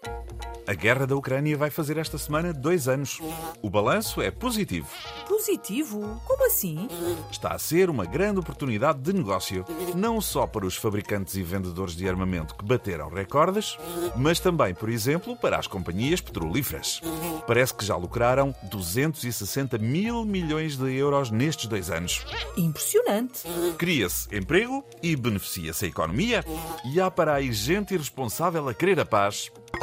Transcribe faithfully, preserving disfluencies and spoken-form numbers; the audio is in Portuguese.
A guerra da Ucrânia vai fazer esta semana dois anos. O balanço é positivo. Positivo? Como assim? Está a ser uma grande oportunidade de negócio, não só para os fabricantes e vendedores de armamento que bateram recordes, mas também, por exemplo, para as companhias petrolíferas. Parece que já lucraram duzentos e sessenta mil milhões de euros nestes dois anos. Impressionante. Cria-se emprego e beneficia-se a economia. E há para aí gente irresponsável a querer a paz.